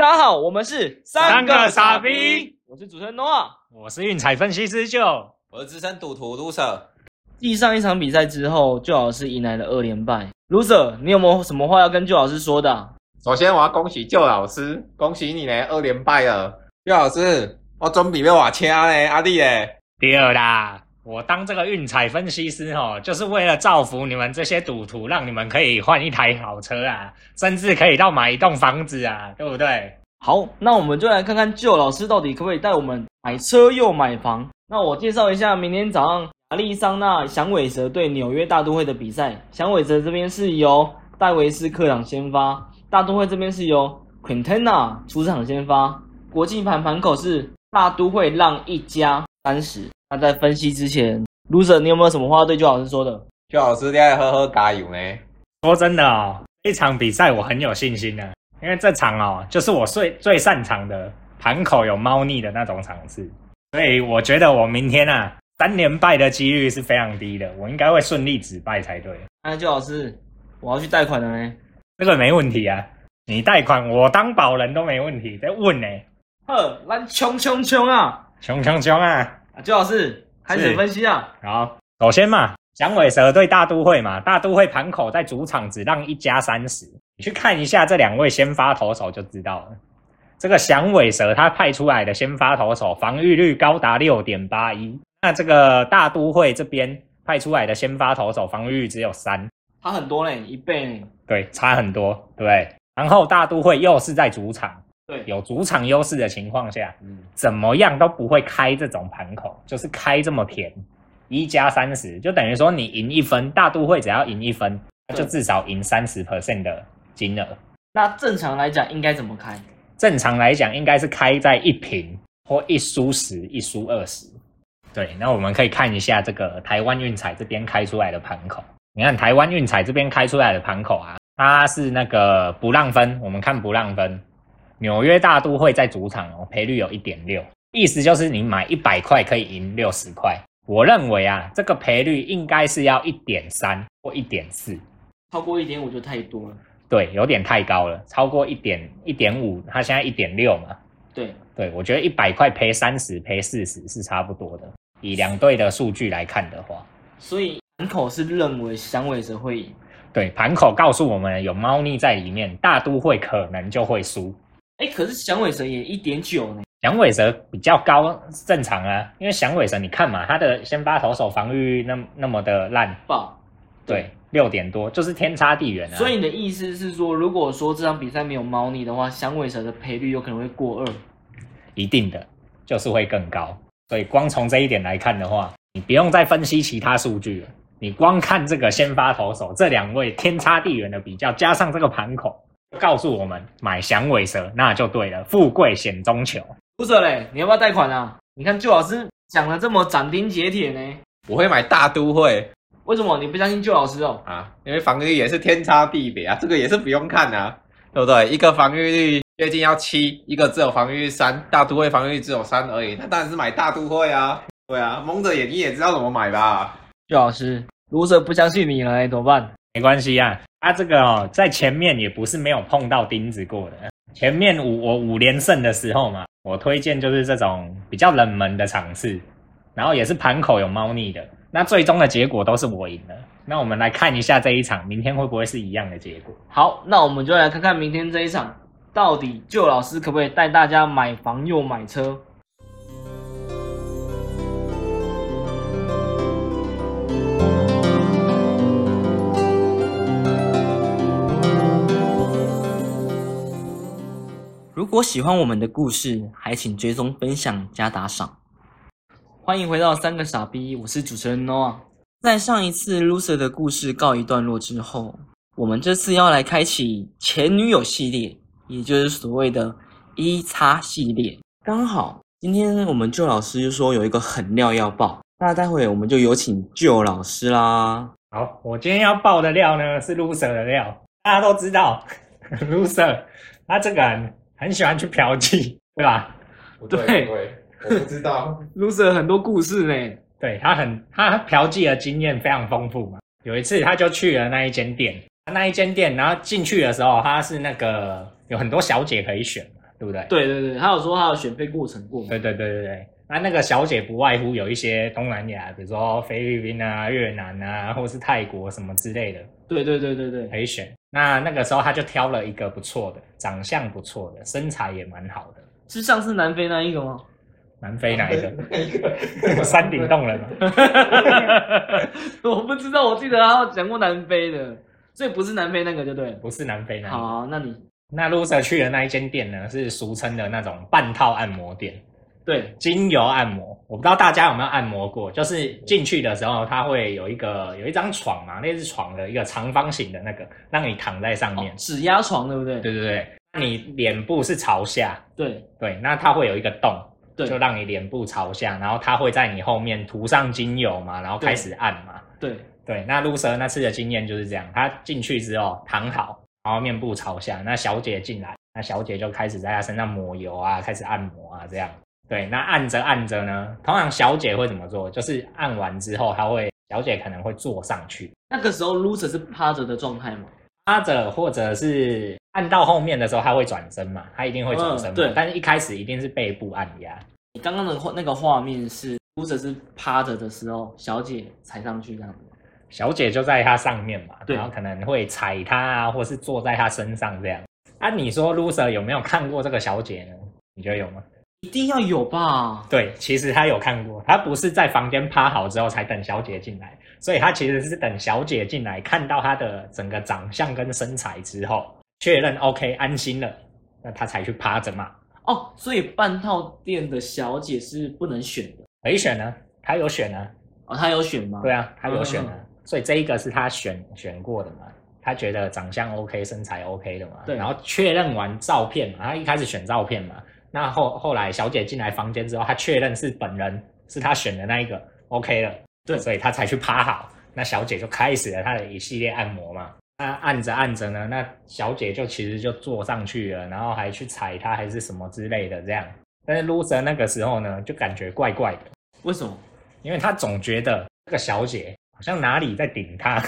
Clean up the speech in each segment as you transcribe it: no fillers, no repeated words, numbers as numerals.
大家好，我们是三个傻逼， 我是主持人 Noah， 我是运彩分析师就， 我是资深赌徒 Loser。 继上一场比赛之后，就老师迎来了2连败。Loser， 你有没有什么话要跟就老师说的首先我要恭喜就老师，恭喜你呢2连败了。就老师，我准备要我车呢，阿弟嘞。 第二啦，我当这个运彩分析师就是为了造福你们这些赌徒，让你们可以换一台好车啊，甚至可以到买一栋房子啊，对不对？ 好，那我们就来看看就老师到底可不可以带我们买车又买房。那我介绍一下明天早上亚利桑那响尾蛇对纽约大都会的比赛。响尾蛇这边是由戴维斯客场先发，大都会这边是由 Quintana 出场先发。国际盘口是大都会让1+30。那在分析之前 ，Loser 你有没有什么话要对就老师说的？ 就老师，你要好加油呢。 说真的这场比赛我很有信心的，因为这场就是我最擅长的盘口有猫腻的那种场次，所以我觉得我明天3连败的几率是非常低的，我应该会顺利止败才对。 那就老师，我要去贷款了呢。 这个没问题啊，你贷款我当保人都没问题，在问呢。 呵，咱冲啊！ 冲啊！ 就老师开始分析啊。 好，首先响尾蛇对大都会大都会盘口在主场只让1+30，你去看一下这2位先发投手就知道了。这个响尾蛇他派出来的先发投手防御率高达 6.81， 那这个大都会这边派出来的先发投手防御率只有3， 差很多嘞，1倍嘞。 对，差很多，对不对？然后大都会又是在主场， 对， 有主场优势的情况下，怎么样都不会开这种盘口，就是开这么甜，1+30，就等于说你赢1分，大都会只要赢1分，就至少赢 30% 的金额。 那正常来讲应该怎么开？ 正常来讲应该是开在1平或1输10，1输20。对，那我们可以看一下这个台湾运彩这边开出来的盘口。你看台湾运彩这边开出来的盘口它是那个不让分，我们看不让分。纽约大都会在主场赔率有 1.6， 意思就是你买100块可以赢60块。我认为这个赔率应该是要 1.3 或 1.4， 超过 1.5 就太多了。 对，有点太高了，超过 1.5， 它现在 1.6 嘛。对，我觉得100块赔30赔40是差不多的，以2队的数据来看的话。 所以盘口是认为响尾蛇会赢。 对，盘口告诉我们有猫腻在里面，大都会可能就会输。 可是响尾蛇也 1.9 呢。 响尾蛇比较高正常因为响尾蛇你看嘛，它的先发投手防御那么的烂爆， 对，6点多，就是天差地远所以你的意思是说，如果说这场比赛没有猫腻的话，响尾蛇的赔率有可能会过2？ 一定的，就是会更高。所以光从这一点来看的话，你不用再分析其他数据了，你光看这个先发投手这2位天差地远的比较，加上这个盘口，告诉我们买响尾蛇那就对了，富贵险中求。 不是嘞，你要不要贷款啊？你看就老师讲的这么斩钉截铁呢。 我会买大都会。 为什么你不相信就老师因为防御率也是天差地别这个也是不用看对不对？一个防御率接近要7，一个只有防御率3，大都会防御率只有3而已，那当然是买大都会对蒙着眼睛也知道怎么买吧。 就老师，Loser不相信你了怎么办？ 没关系这个在前面也不是没有碰到钉子过的。前面我5连胜的时候我推荐就是这种比较冷门的场次，然后也是盘口有猫腻的，那最终的结果都是我赢了。那我们来看一下这一场明天会不会是一样的结果。 好，那我们就来看看明天这一场到底就老师可不可以带大家买房又买车。如果喜欢我们的故事，还请追踪分享加打赏。欢迎回到3个傻逼，我是主持人 Noah。在上一次 Loser 的故事告一段落之后，我们这次要来开启前女友系列，也就是所谓的1x系列。刚好今天我们就老师就说有一个狠料要爆，那待会我们就有请就老师啦。 好，我今天要爆的料呢是 Loser 的料，大家都知道Loser 他这个人很喜欢去嫖妓，对吧？ 对，我不知道。 Loser 很多故事呢。 对，他嫖妓的经验非常丰富嘛。有一次他就去了那一间店，然后进去的时候他是那个有很多小姐可以选嘛， 对不对？ 对对对，他有说他有选配过程过嘛。 对对对对对。那个小姐不外乎有一些东南亚，比如说菲律宾啊、越南啊，或是泰国什么之类的。 对对对对对， 可以选。那个时候他就挑了一个不错的，长相不错的，身材也蛮好的。 是上次南非那一个吗？ 南非哪一个？山顶洞人吗？ 我不知道，我记得他有讲过南非的，所以不是南非那个就对了。 不是南非那个。 好， 那 Loser 去的那一间店呢，是俗称的那种半套按摩店。 对， 精油按摩，我不知道大家有没有按摩过，就是进去的时候，它会有一张床嘛，类似床的一个长方形的那个，让你躺在上面， 指压床，对不对？ 对对对，那你脸部是朝下， 对对，那它会有一个洞， 对， 就让你脸部朝下，然后它会在你后面涂上精油嘛，然后开始按嘛， 对对，那 Loser 那次的经验就是这样，他进去之后躺好，然后面部朝下，那小姐进来，那小姐就开始在他身上抹油啊，开始按摩啊，这样。对，那按着按着呢，通常小姐会怎么做？就是按完之后，小姐可能会坐上去。 那个时候 Loser 是趴着的状态吗？ 趴着，或者是按到后面的时候，他会转身嘛，他一定会转身嘛。 对， 但是一开始一定是背部按压。 你刚刚的那个画面是 Loser 是趴着的时候，小姐踩上去这样子。 小姐就在他上面嘛， 对， 然后可能会踩他啊，或是坐在他身上这样。啊，你说 Loser 有没有看过这个小姐呢？你觉得有吗？ 一定要有吧？ 对，其实他有看过，他不是在房间趴好之后才等小姐进来，所以他其实是等小姐进来，看到他的整个长相跟身材之后，确认 OK 安心了，那他才去趴着嘛。 哦，所以半套店的小姐是不能选的。 可以选呢，他有选啊。 哦，他有选吗？ 对啊，他有选啊。所以这一个是他选过的嘛，他觉得长相 OK 身材 OK 的嘛， 对， 然后确认完照片嘛，他一开始选照片嘛，那后来小姐进来房间之后，他确认是本人是他选的那一个 OK 了， 对， 所以他才去趴好，那小姐就开始了她的一系列按摩嘛，那按着按着呢，那小姐就其实就坐上去了，然后还去踩他还是什么之类的这样，但是 Loser 那个时候呢就感觉怪怪的。 为什么？ 因为他总觉得这个小姐好像哪里在顶他。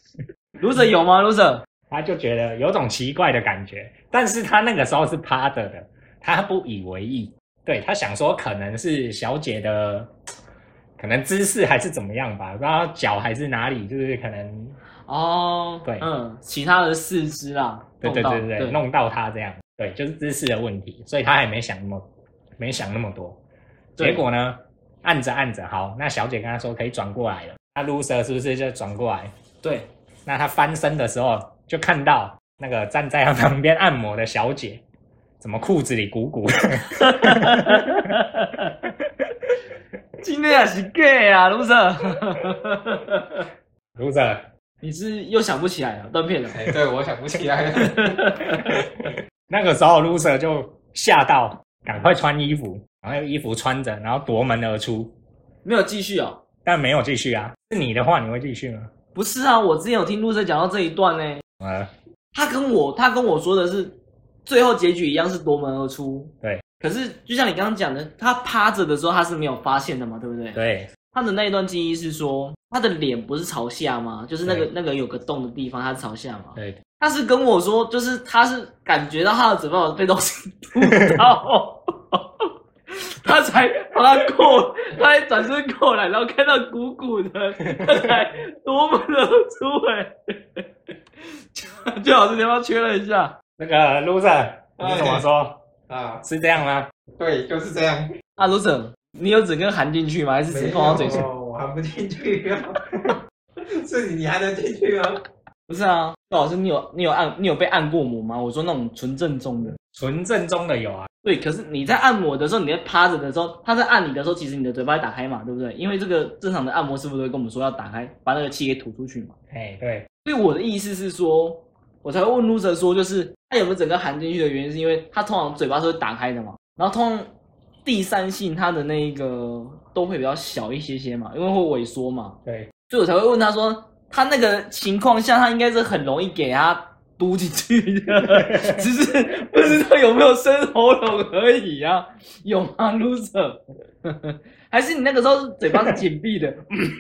Loser 有吗 ？Loser 他就觉得有种奇怪的感觉，但是他那个时候是趴着的，他不以为意。对，他想说可能是小姐的可能姿势还是怎么样吧，不知道脚还是哪里，就是可能哦， 对， 其他的四肢啦， 对，弄到他这样，对，就是姿势的问题，所以他还没想那么多。结果呢，按着按着，好，那小姐跟他说可以转过来了，那 Loser 是不是就转过来？ 对， 那他翻身的时候就看到那个站在他旁边按摩的小姐，怎么裤子里鼓鼓的？ 今天也是 gay 啊 ，Loser， 你是又想不起来了，断片了。 对，我想不起来了。 那个时候 Loser 就吓到，赶快穿衣服，然后衣服穿着，然后夺门而出。 没有继续哦？ 但没有继续啊。是你的话，你会继续吗？ 不是啊，我之前有听 Loser 讲到这一段呢。他跟我说的是，最后结局一样是夺门而出。 对。 可是就像你刚刚讲的，他趴着的时候他是没有发现的嘛，对不对？ 对。 他的那一段记忆是说，他的脸不是朝下吗？就是那个有个洞的地方，他是朝下嘛。 对。 他是跟我说，就是他是感觉到他的嘴巴有被东西堵到，他才把他才转身过来，然后看到鼓鼓的，他才夺门而出。最好是你要不要确认一下？ 那个 Loser， 你怎么说？ 啊， 是这样吗？ 对，就是这样。 啊 ，Loser， 你有整根含进去吗？还是只碰到嘴唇？ 我含不进去啊。是你还能进去吗？ 不是啊，高老师，你有被按过摩吗？我说那种纯正宗的。 纯正宗的有啊。 对，可是你在按摩的时候，你在趴着的时候，他在按你的时候，其实你的嘴巴会打开嘛，对不对？因为这个正常的按摩师傅都会跟我们说要打开，把那个气给吐出去嘛。 对。 所以我的意思是说，我才会问 Loser 说，就是他有没有整个含进去的原因，是因为他通常嘴巴是会打开的嘛，然后通常第三性他的那个都会比较小一些嘛，因为会萎缩嘛。 对， 所以我才会问他说，他那个情况下，他应该是很容易给他嘟进去的，只是不知道有没有伸喉咙而已啊？有吗 ，Loser？ 还是你那个时候嘴巴是紧闭的？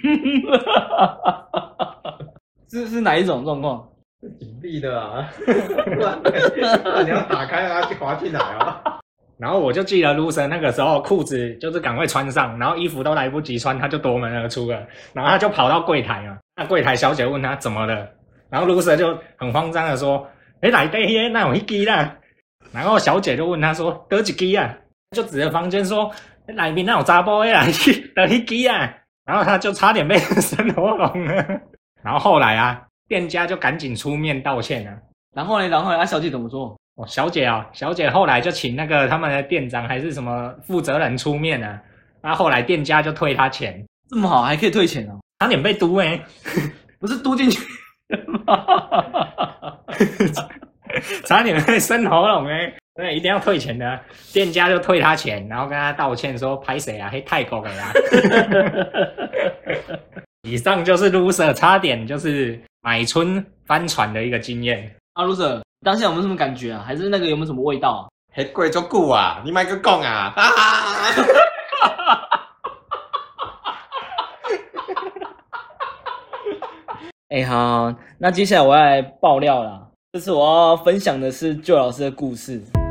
是哪一种状况？ 是紧闭的啊！你要打开它就滑进来啊！ 然后我就记得 loser 那个时候裤子就是赶快穿上，然后衣服都来不及穿，他就夺门而出了，然后他就跑到柜台嘛，那柜台小姐问他怎么了，然后 loser 就很慌张的说：“哎，来底迄那有一支啦。”然后小姐就问他说：“得一支啊？”就指着房间说：“里面那有查甫的啦，得一支啊！”然后他就差点被生喉咙了。然后后来啊，店家就赶紧出面道歉啊。 然后呢，小姐怎么说？ 哦，小姐后来就请那个他们的店长还是什么负责人出面啊。那后来店家就退他钱， 这么好还可以退钱哦？ 差点被嘟不是嘟进去吗？ 差点被生喉咙对，一定要退钱的。店家就退他钱，然后跟他道歉说：“拍谁啊？黑泰国的啦。”以上就是 loser 差点就是买春翻船的一个经验。 啊 ，loser，当下有没有什么感觉啊？还是那个有没有什么味道啊？ 还贵就久啊，你买个讲啊！ 好，那接下来我要来爆料啦。这次我要分享的是旧老师的故事。